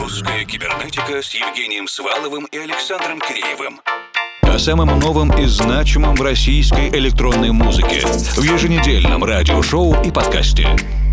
Русская кибернетика с Евгением Сваловым и Александром Киреевым. О самом новом и значимом в российской электронной музыке в еженедельном радиошоу и подкасте.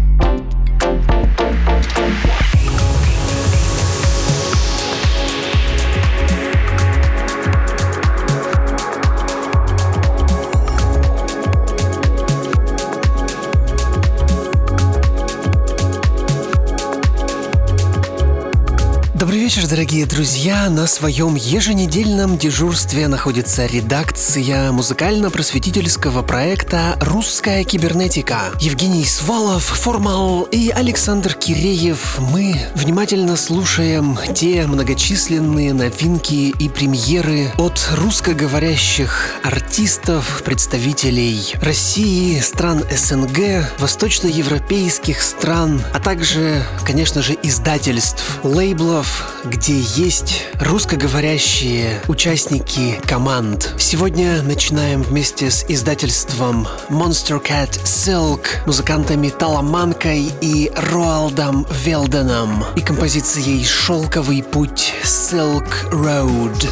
Добрый вечер, дорогие друзья! На своем еженедельном дежурстве находится редакция музыкально-просветительского проекта «Русская кибернетика». Евгений Свалов, Формал и Александр Киреев. Мы внимательно слушаем те многочисленные новинки и премьеры от русскоговорящих артистов, представителей России, стран СНГ, восточноевропейских стран, а также, конечно же, издательств, лейблов, где есть русскоговорящие участники команд. Сегодня начинаем вместе с издательством Monstercat Silk, музыкантами Таламанкой и Роалдом Велденом и композицией «Шелковый путь» Silk Road.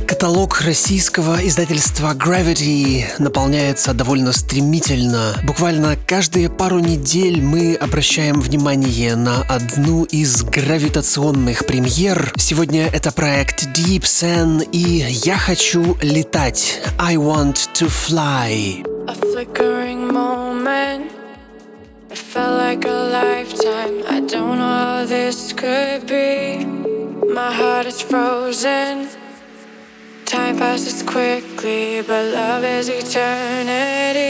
Каталог российского издательства Gravity наполняется довольно стремительно. Буквально каждые пару недель мы обращаем внимание на одну из гравитационных премьер. Сегодня это проект Deep Sen и «Я хочу летать». I want to fly. A flickering moment. It felt like a lifetime. I don't know how this could be. My heart is frozen. Time passes quickly, but love is eternity.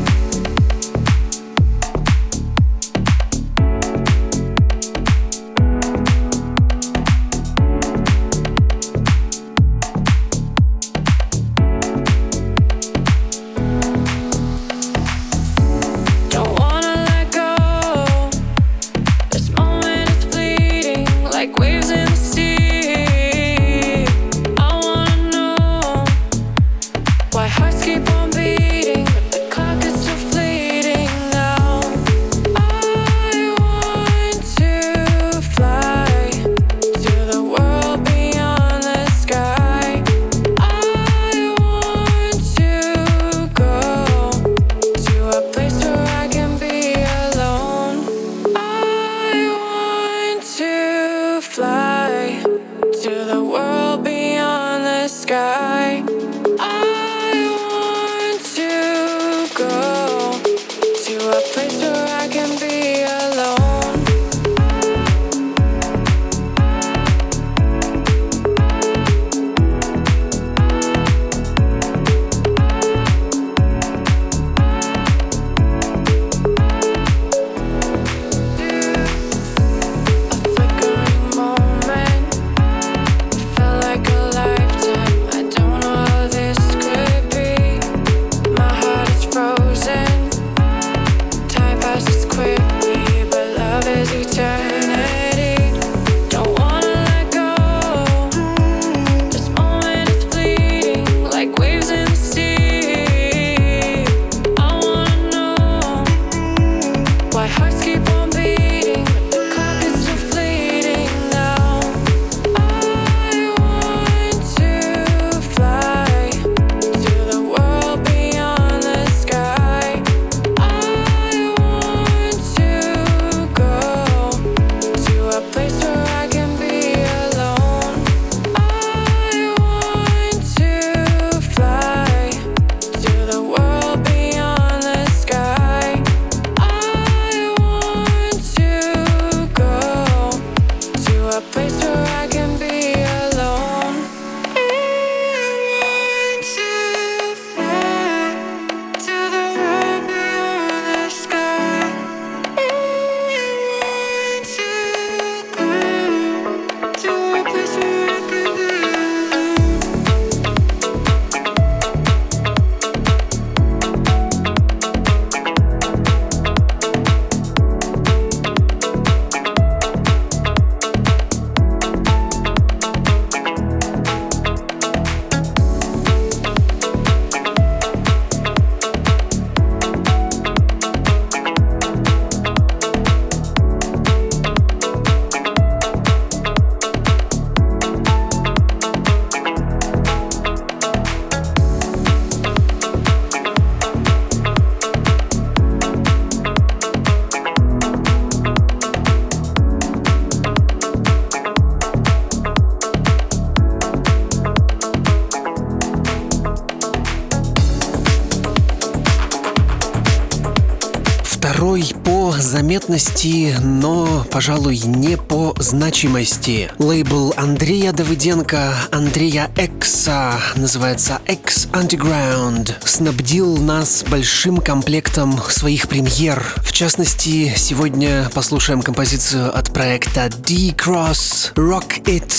Второй по заметности, но, пожалуй, не по значимости. Лейбл Андрея Давыденко, Андрея Экса, называется X Underground, снабдил нас большим комплектом своих премьер. В частности, сегодня послушаем композицию от проекта D-Cross Rock It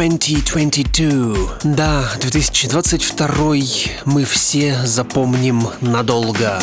2022. Да, 2022 мы все запомним надолго.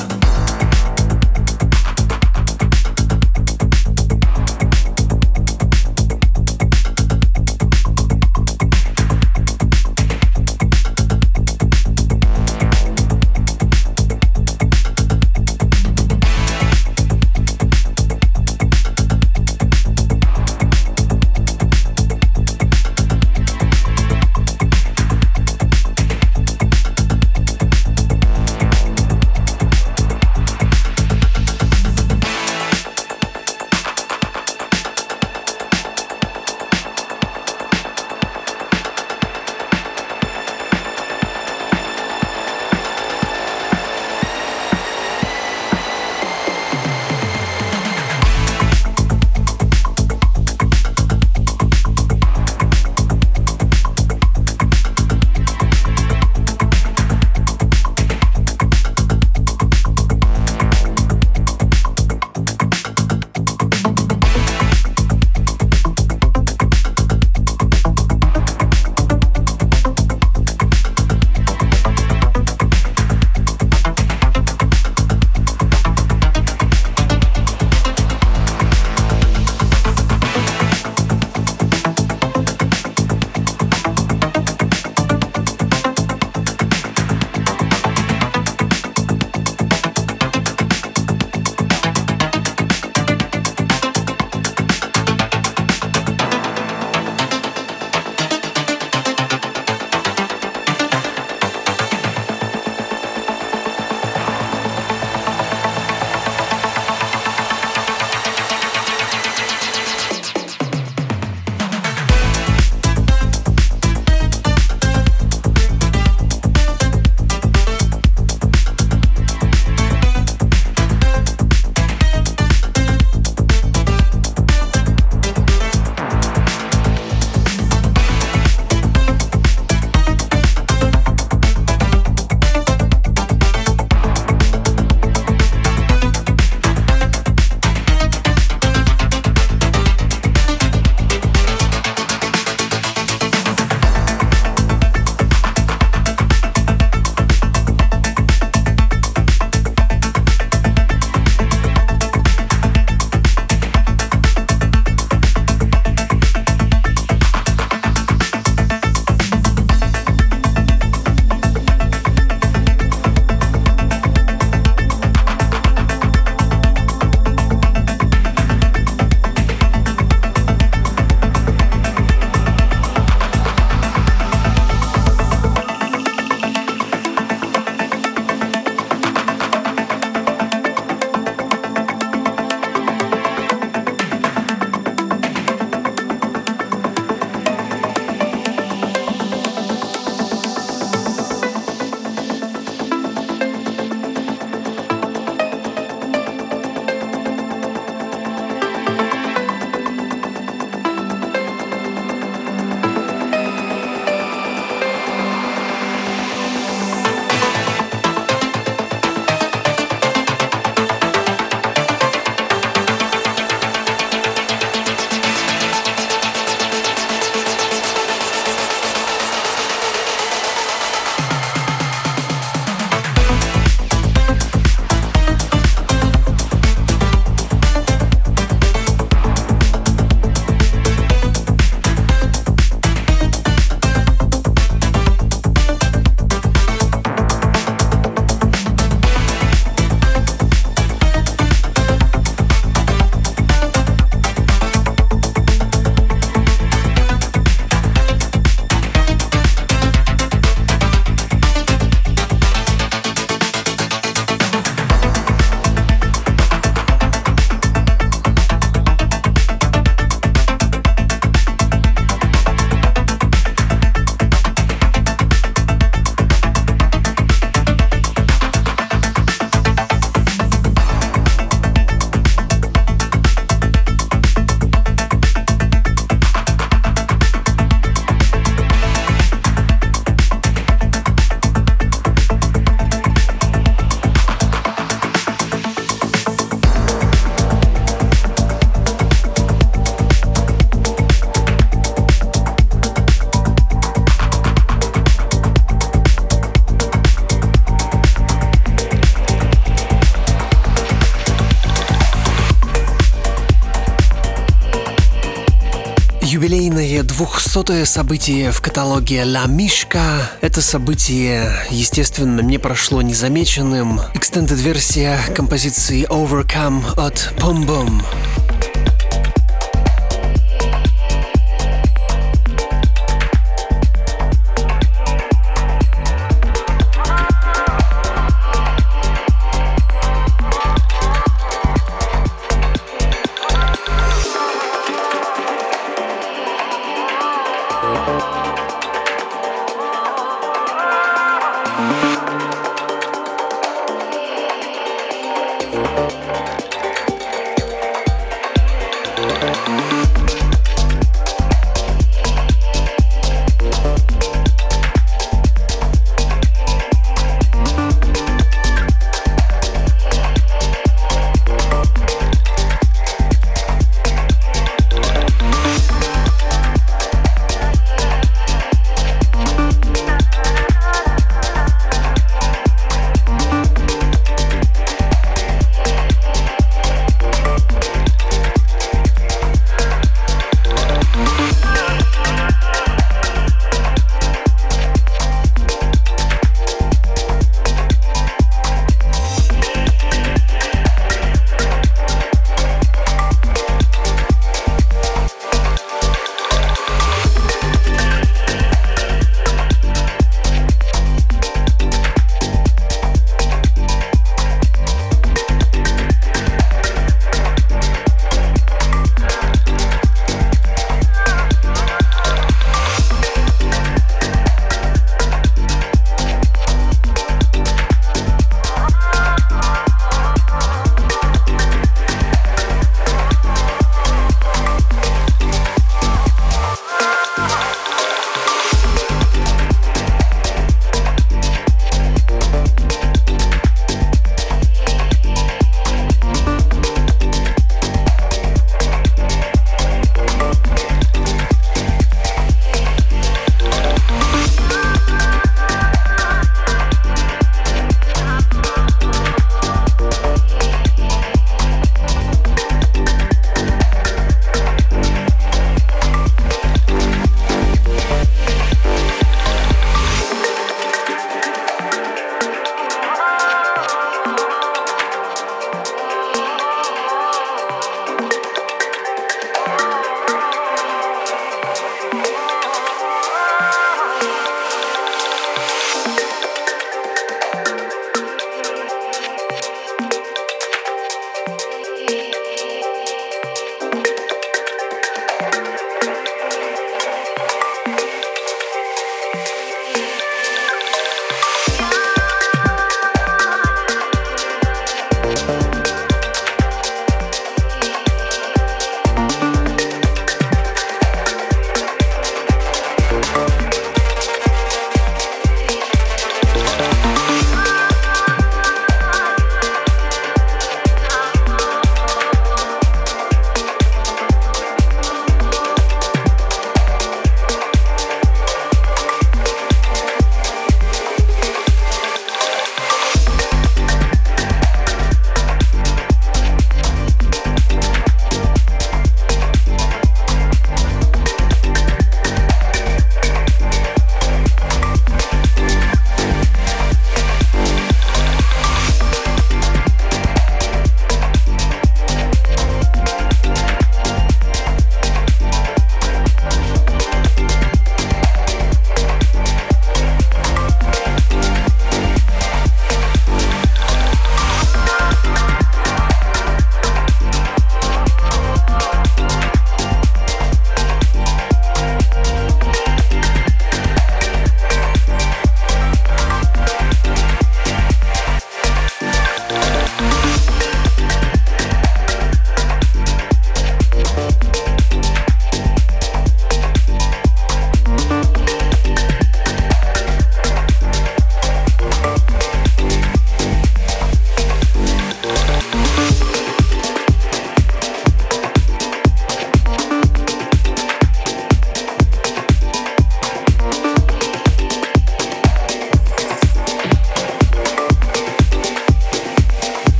200-е событие в каталоге La Mishka. Это событие, естественно, не прошло незамеченным. Extended-версия композиции Overcome от Boom Boom.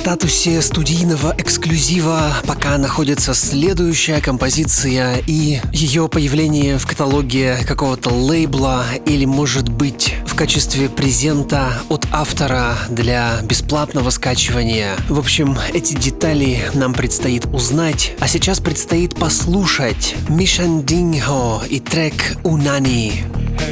статусе студийного эксклюзива пока находится следующая композиция, и ее появление в каталоге какого-то лейбла или, может быть, в качестве презента от автора для бесплатного скачивания. В общем, эти детали нам предстоит узнать, а сейчас предстоит послушать Мишандинho и трек «Унани».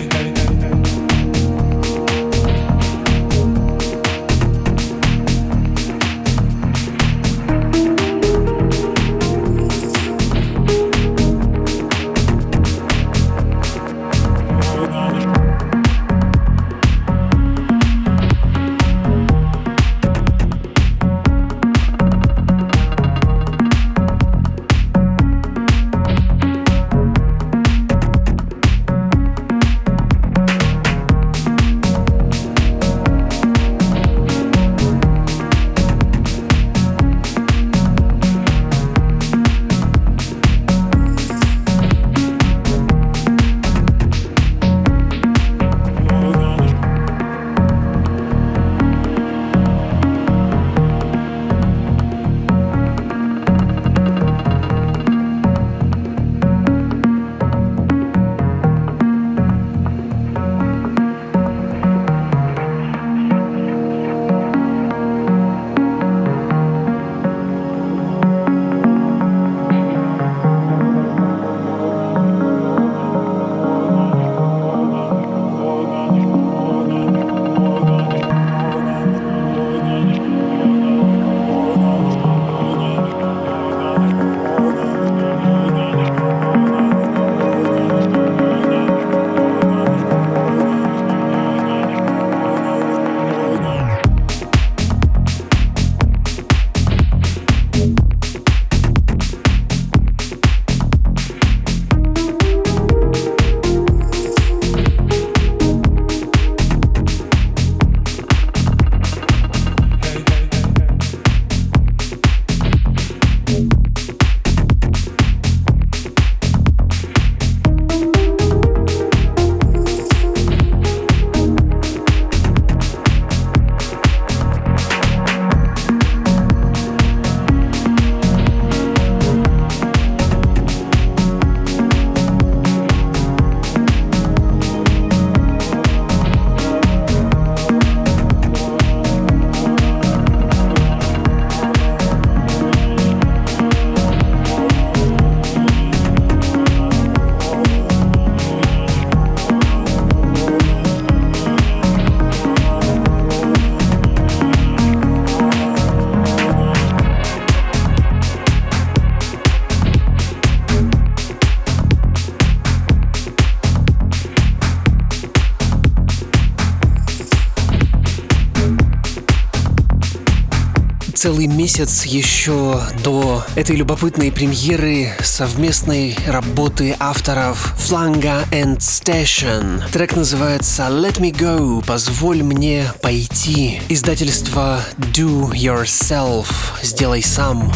Целый месяц еще до этой любопытной премьеры совместной работы авторов Flanga and Station. Трек называется Let Me Go, позволь мне пойти. Издательство Do Yourself, сделай сам.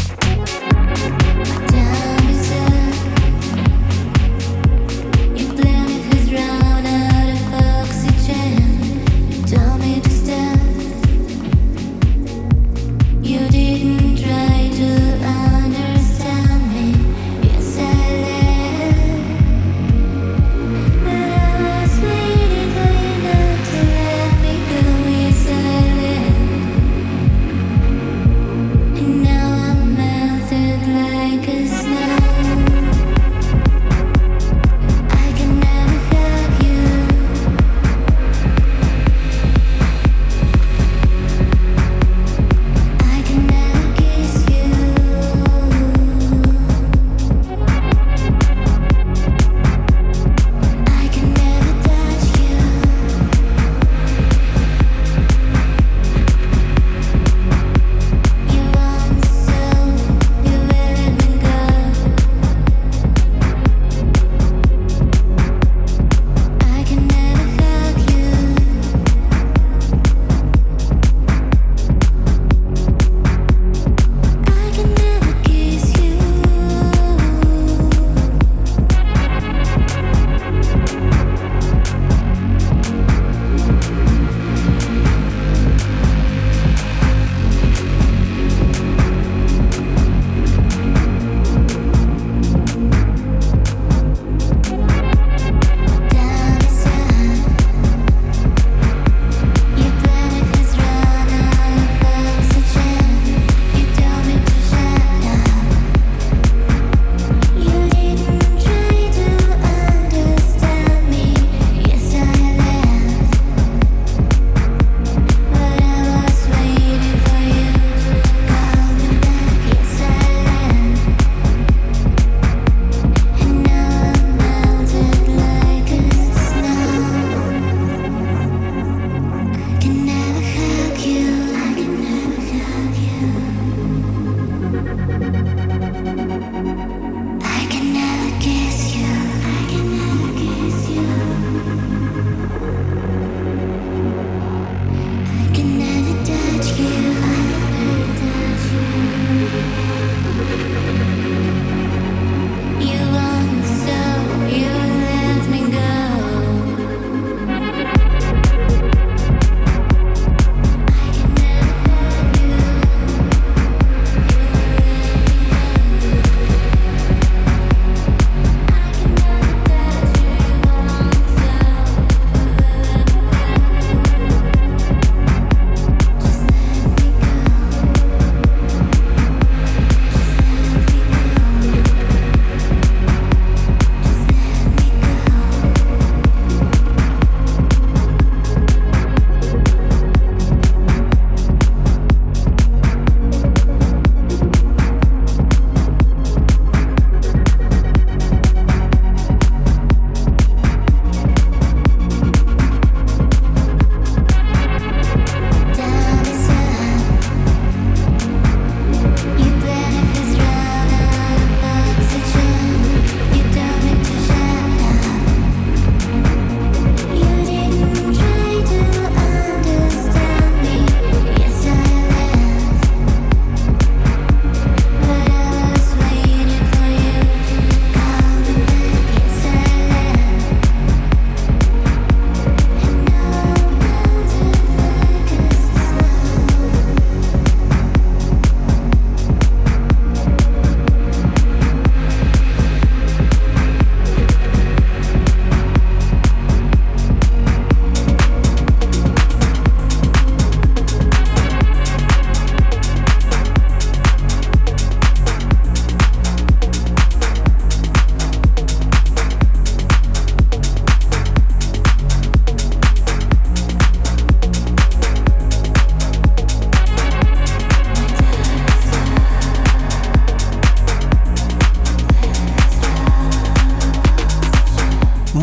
Now I'm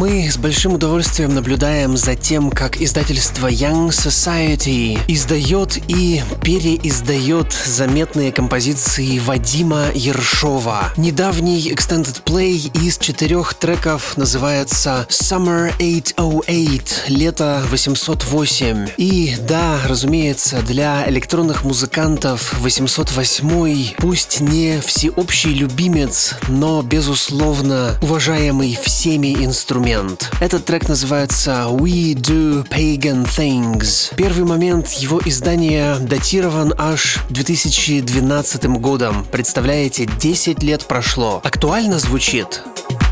Мы с большим удовольствием наблюдаем за тем, как издательство Young Society издает и переиздает заметные композиции Вадима Ершова. Недавний extended play из 4 треков называется Summer 808, лето 808. И да, разумеется, для электронных музыкантов 808 пусть не всеобщий любимец, но безусловно уважаемый всеми инструмент. Этот трек называется We Do Pagan Things. Первый момент его издания датирован аж 2012 годом. Представляете, 10 лет прошло. Актуально звучит?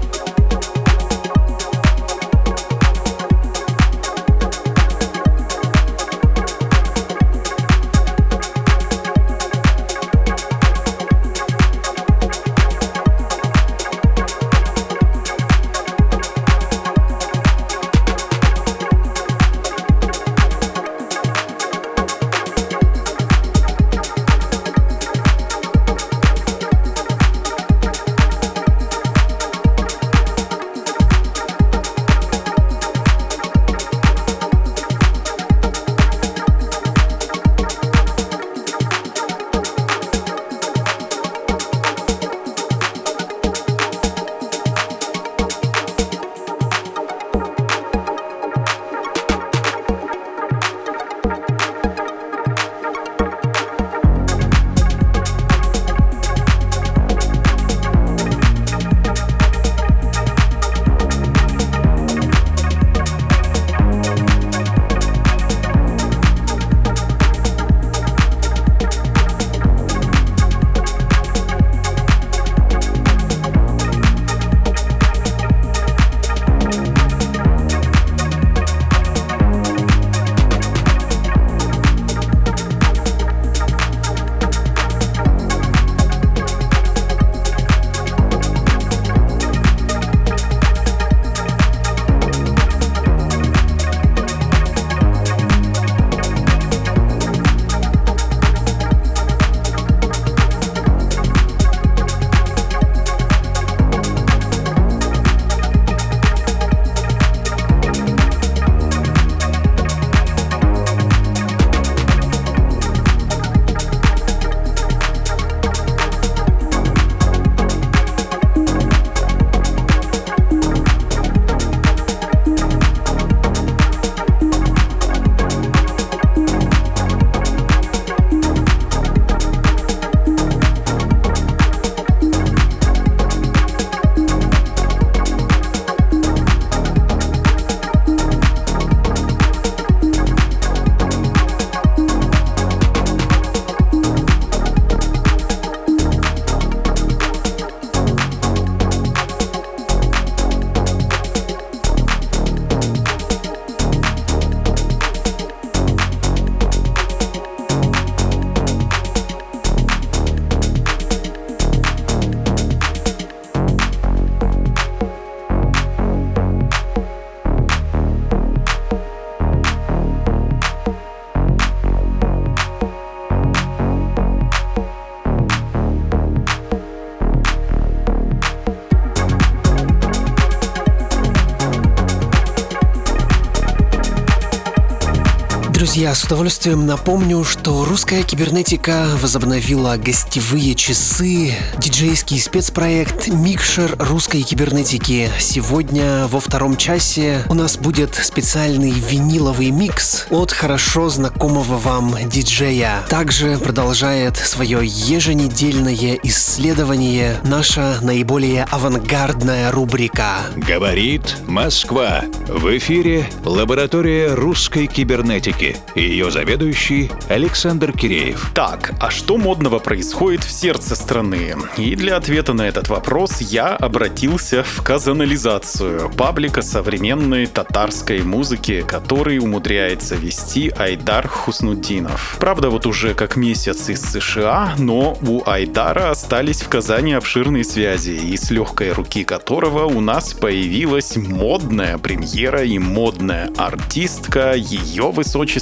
Друзья, с удовольствием напомню, что русская кибернетика возобновила гостевые часы, диджейский спецпроект «Микшер русской кибернетики». Сегодня во втором часе у нас будет специальный виниловый микс от хорошо знакомого вам диджея. Также продолжает свое еженедельное исследование наша наиболее авангардная рубрика «Говорит Москва». В эфире лаборатория русской кибернетики. Ее заведующий Александр Киреев. Так, а что модного происходит в сердце страны? И для ответа на этот вопрос я обратился в Казанализацию, паблика современной татарской музыки, который умудряется вести Айдар Хуснуддинов. Правда, вот уже как месяц из США, но у Айдара остались в Казани обширные связи, и с легкой руки которого у нас появилась модная премьера и модная артистка, ее высочество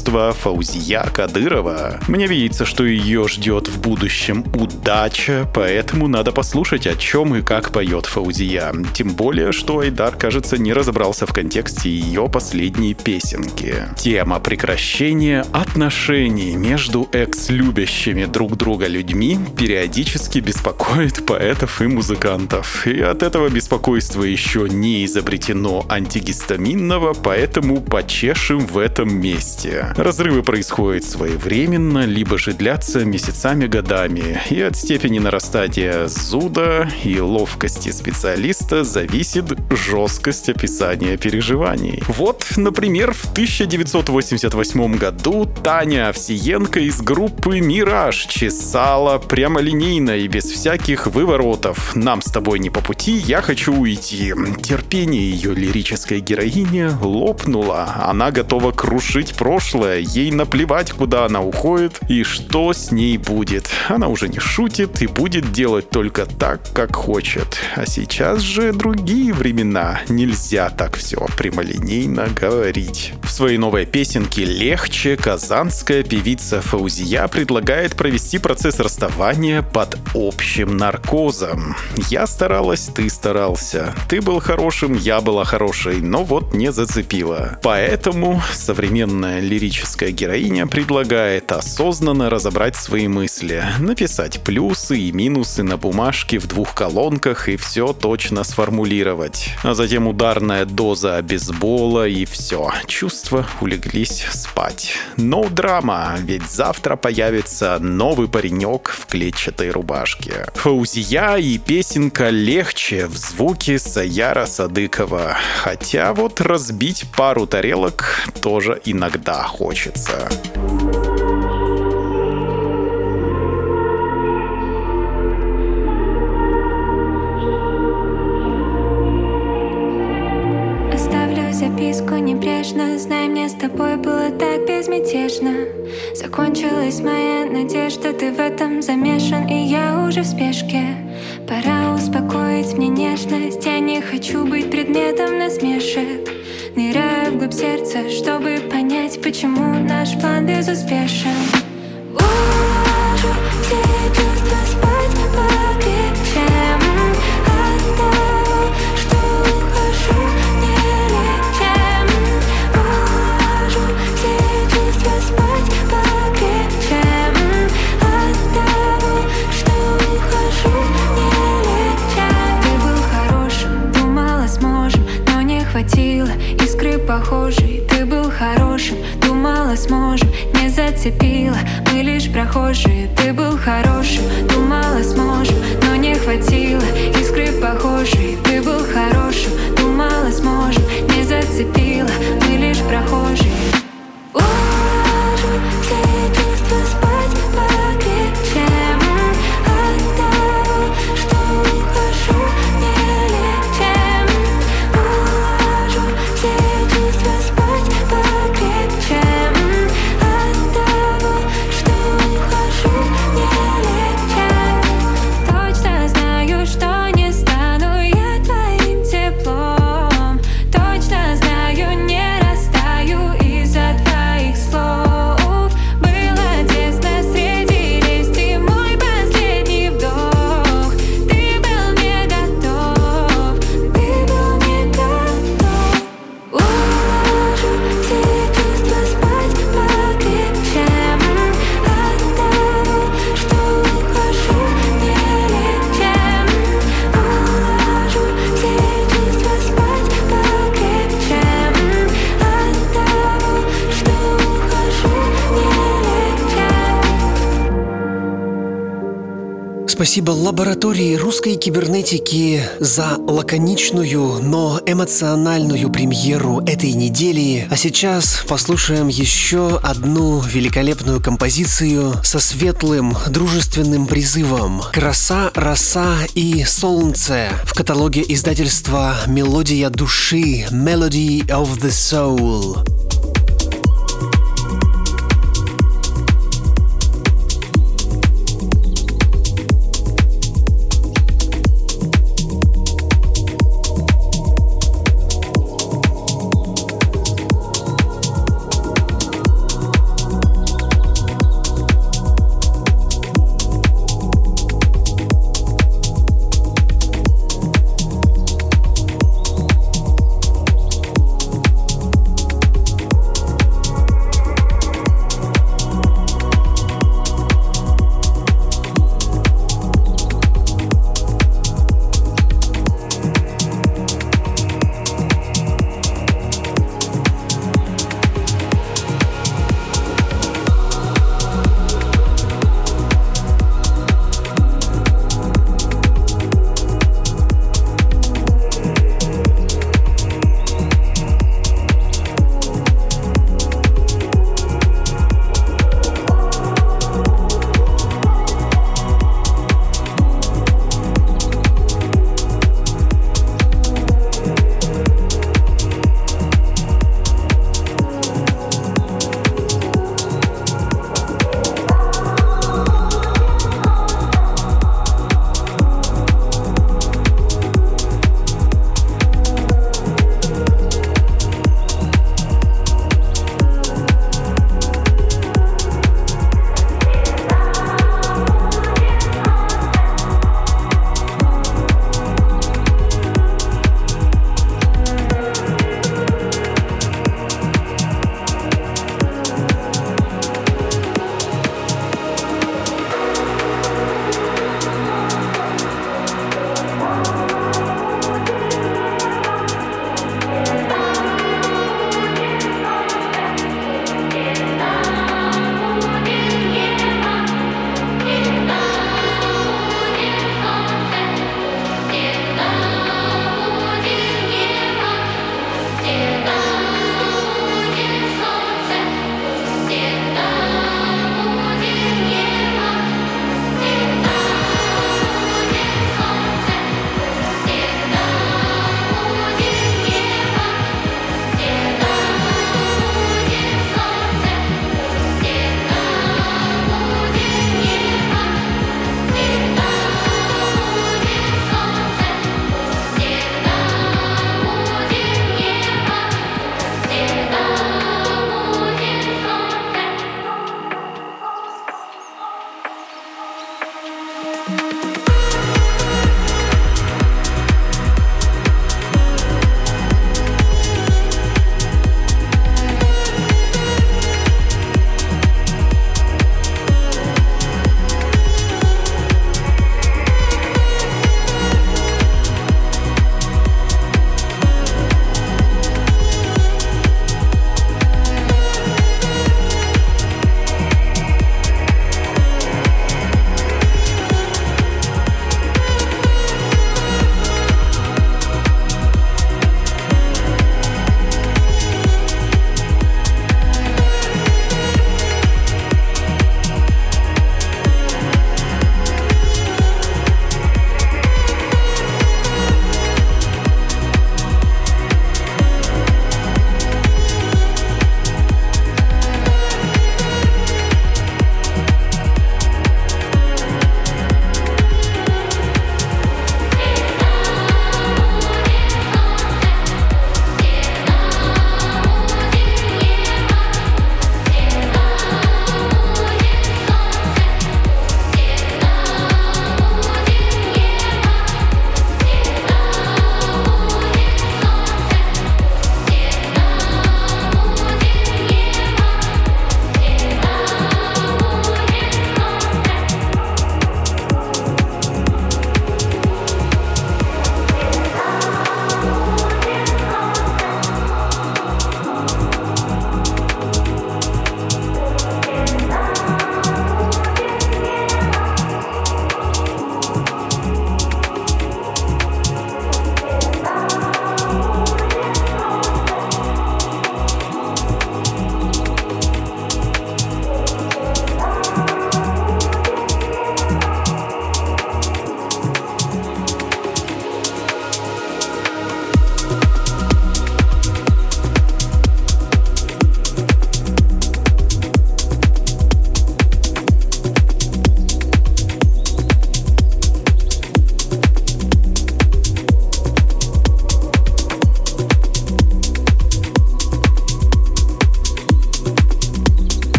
творчества Фаузия Кадырова. Мне видится, что ее ждет в будущем удача, поэтому надо послушать, о чем и как поет Фаузия. Тем более, что Айдар, кажется, не разобрался в контексте ее последней песенки. Тема прекращения отношений между экс-любящими друг друга людьми периодически беспокоит поэтов и музыкантов. И от этого беспокойства еще не изобретено антигистаминного, поэтому почешем в этом месте. Разрывы происходят своевременно, либо же длятся месяцами-годами, и от степени нарастания зуда и ловкости специалиста зависит жесткость описания переживаний. Вот, например, в 1988 году Таня Овсиенко из группы «Мираж» чесала прямолинейно и без всяких выворотов: «Нам с тобой не по пути, я хочу уйти». Терпение ее лирической героини лопнуло. Она готова крушить прошлое, ей наплевать, куда она уходит и что с ней будет. Она уже не шутит и будет делать только так, как хочет. А сейчас же другие времена. Нельзя так все прямолинейно говорить. В своей новой песенке «Легче» казанская певица Фаузия предлагает провести процесс расставания под общим наркозом. Я старалась, ты старался. Ты был хорошим, я была хорошей, но вот не зацепила. Поэтому современная лирическая героиня предлагает осознанно разобрать свои мысли, написать плюсы и минусы на бумажке в 2 колонках и все точно сформулировать. А затем ударная доза обезбола и все. Чувства улеглись спать. Но драма, ведь завтра появится новый паренек в клетчатой рубашке. Фаузия и песенка «Легче» в звуке Саяра Садыкова. Хотя вот разбить пару тарелок тоже иногда хочется. Записку небрежно, знай, мне с тобой было так безмятежно. Закончилась моя надежда, ты в этом замешан, и я уже в спешке. Пора успокоить мне нежность, я не хочу быть предметом насмешек. Ныряю вглубь сердца, чтобы понять, почему наш план безуспешен. Уложу все чувства спать покрепче от того, что ухожу. Искры похожие, ты был хорошим, думала сможем, не зацепила, мы лишь прохожие. Ты был хорошим, думала сможем, но не хватило. Искры похожие, ты был хорошим, думала сможем, не зацепила, мы лишь прохожие. Уложу все чувства спать покрепче от того, что ухожу, не легче. Уложу все чувства спать покрепче от того, что ухожу, не легче. Точно знаю, что не стану я твоим теплом. Точно знаю, не растаю из-за твоих слов. Было тесно среди листьев, мой последний вдох. Ты был мне готов, ты был мне готов. Уложу все чувства спать покрепче от того, что ухожу, не легче. Уложу все чувства спать покрепче от того, что ухожу, не легче. Спасибо лаборатории русской кибернетики за лаконичную, но эмоциональную премьеру этой недели. А сейчас послушаем еще одну великолепную композицию со светлым, дружественным призывом. «Краса, роса и солнце» в каталоге издательства «Мелодия души» Melody of the Soul.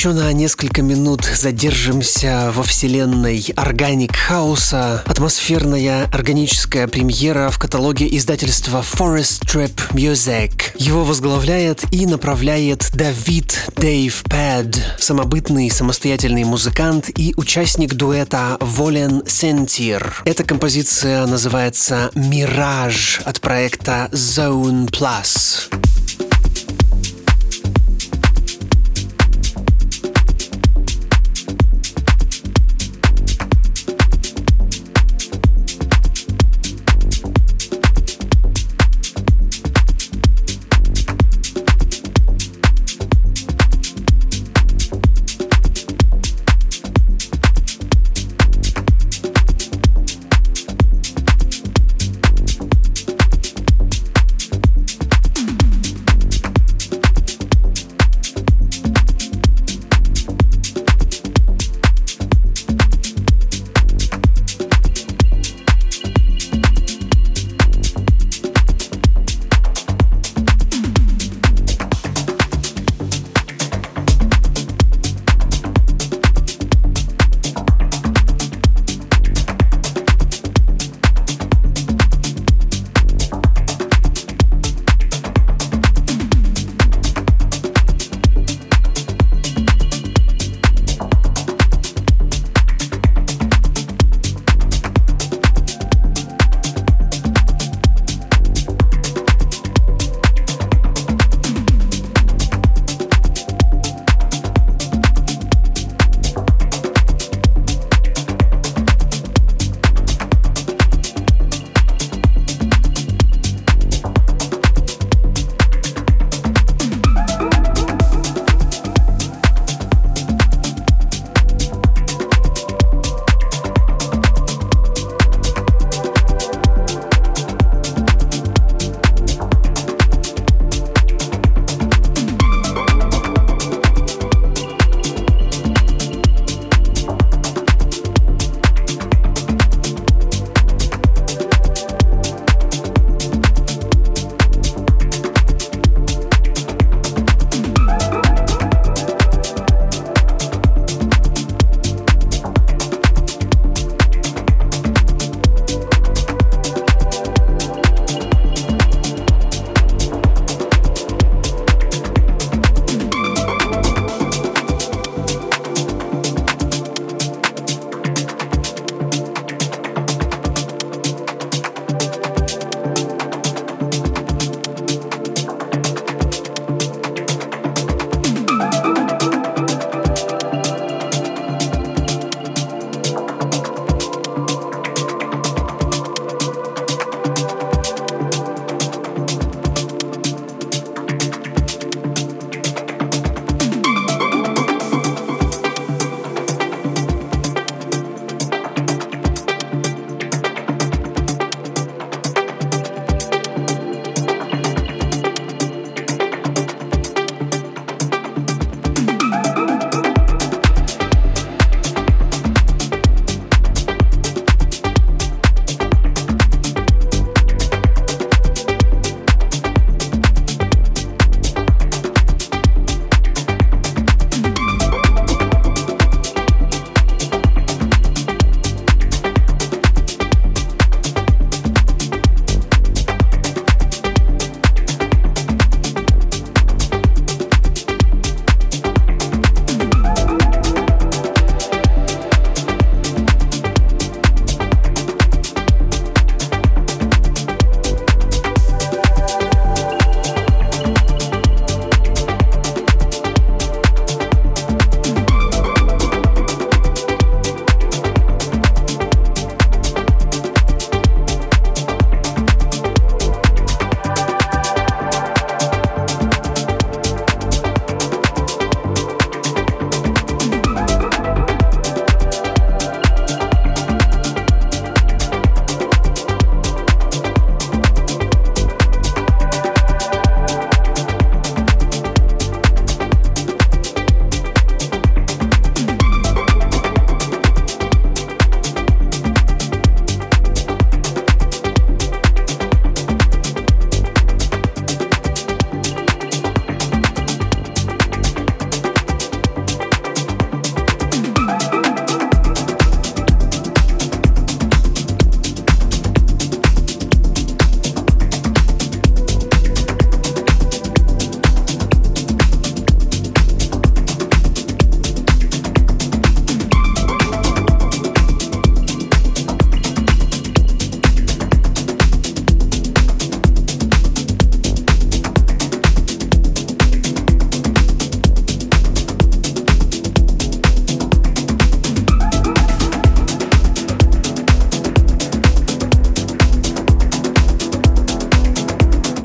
Еще на несколько минут задержимся во вселенной органик хауса. Атмосферная органическая премьера в каталоге издательства Forest Trip Music. Его возглавляет и направляет Давид Дэйв Пэд, самобытный самостоятельный музыкант и участник дуэта Волен Сентир. Эта композиция называется «Мираж» от проекта Zone Plus.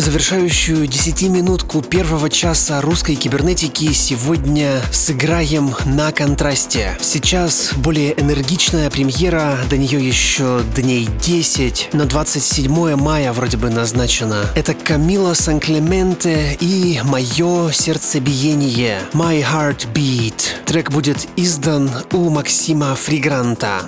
завершающую 10-минутку первого часа русской кибернетики сегодня сыграем на контрасте. Сейчас более энергичная премьера, до нее еще дней 10, но 27 мая вроде бы назначено. Это Камила Сан-Клементе и «Мое сердцебиение» «My Heartbeat». Трек будет издан у Максима Фригранта.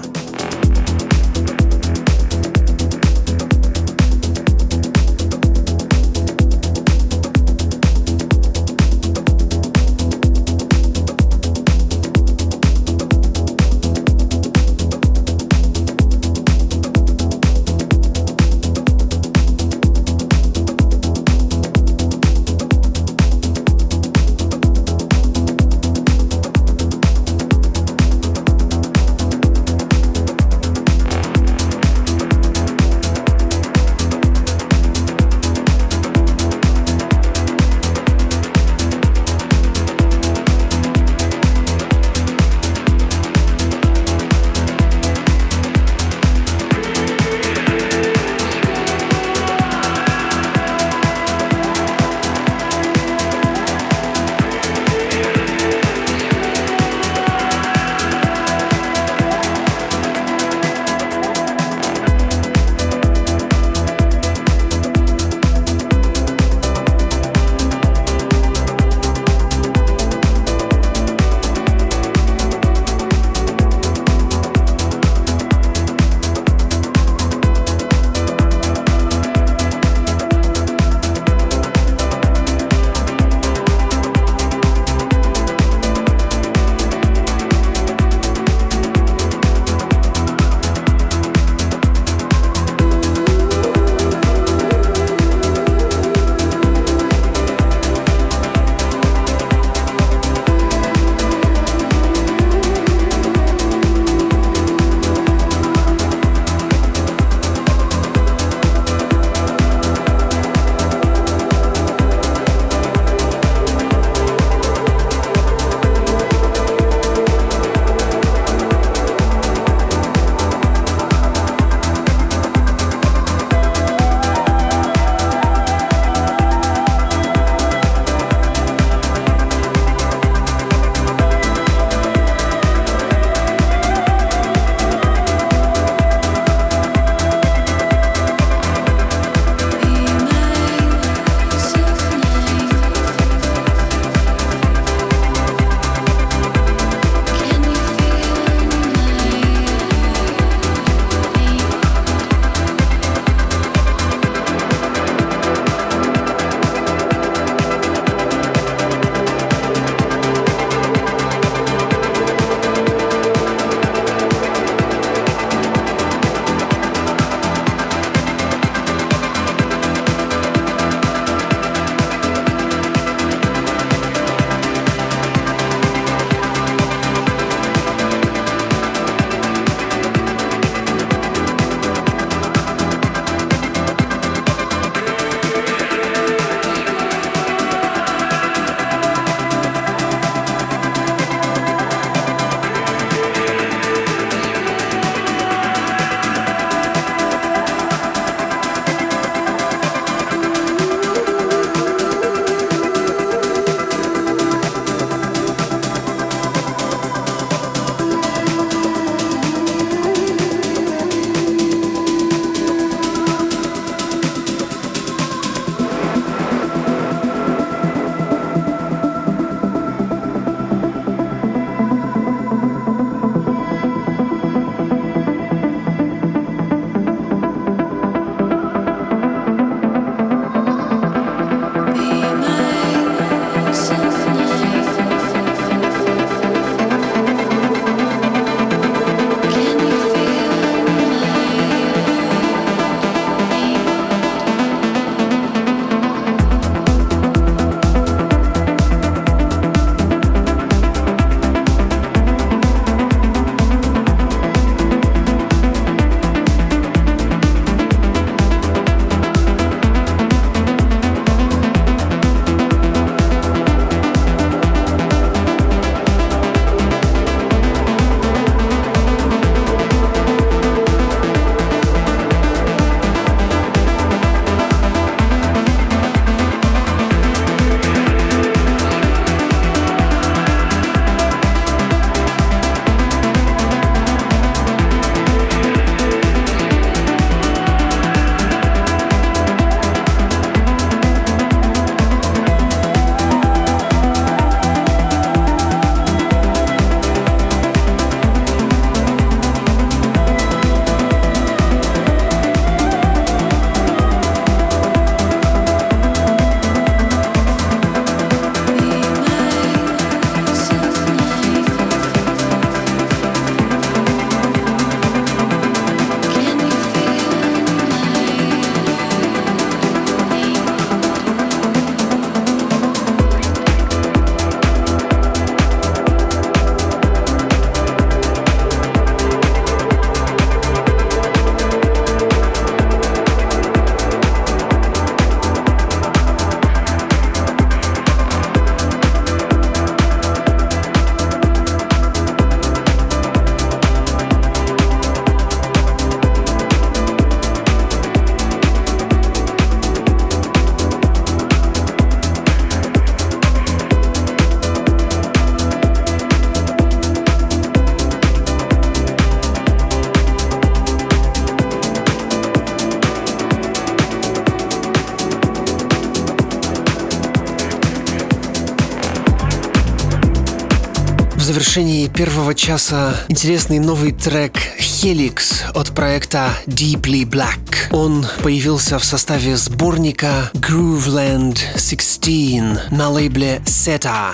завершении первого часа интересный новый трек Helix от проекта Deeply Black. Он появился в составе сборника Grooveland 16 на лейбле Seta.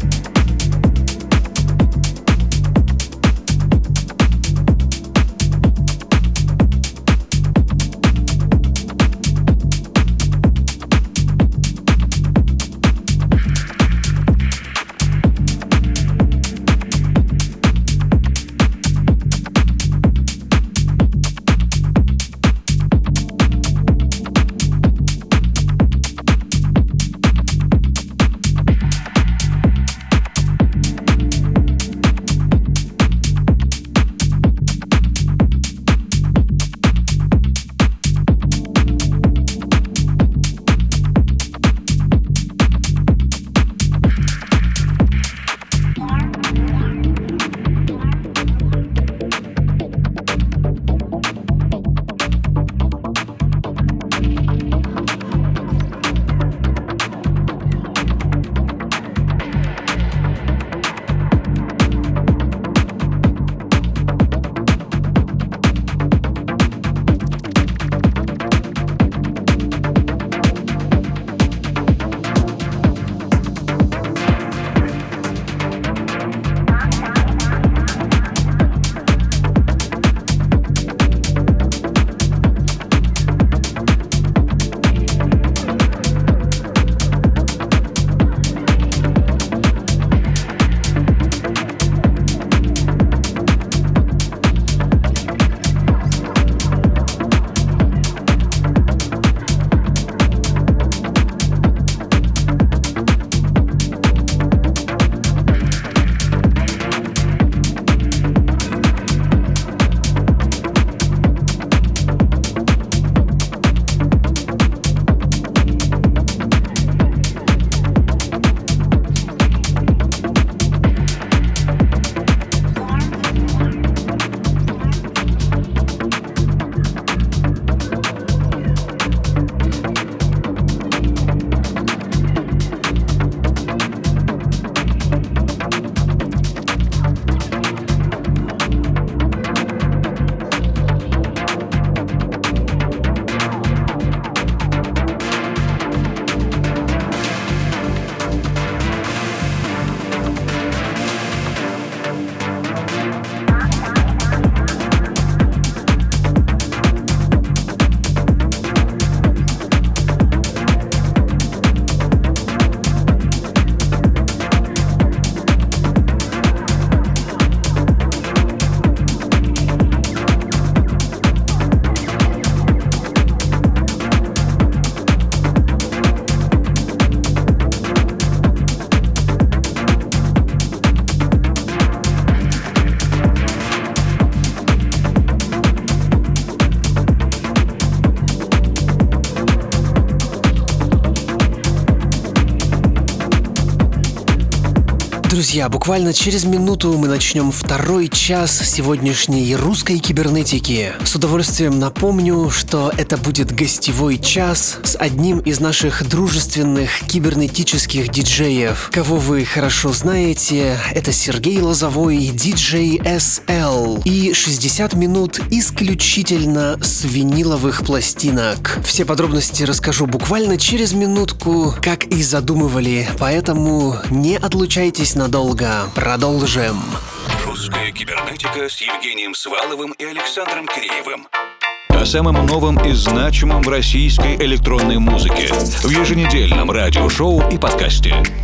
Друзья, буквально через минуту мы начнем второй час сегодняшней русской кибернетики. С удовольствием напомню, что это будет гостевой час с одним из наших дружественных кибернетических диджеев. Кого вы хорошо знаете, это Сергей Лозовой, диджей SL. И 60 минут исключительно с виниловых пластинок. Все подробности расскажу буквально через минутку, как и задумывали, поэтому не отлучайтесь надолго. Продолжим. Русская кибернетика с Евгением Сваловым и Александром Киреевым. О самом новом и значимом в российской электронной музыке в еженедельном радиошоу и подкасте.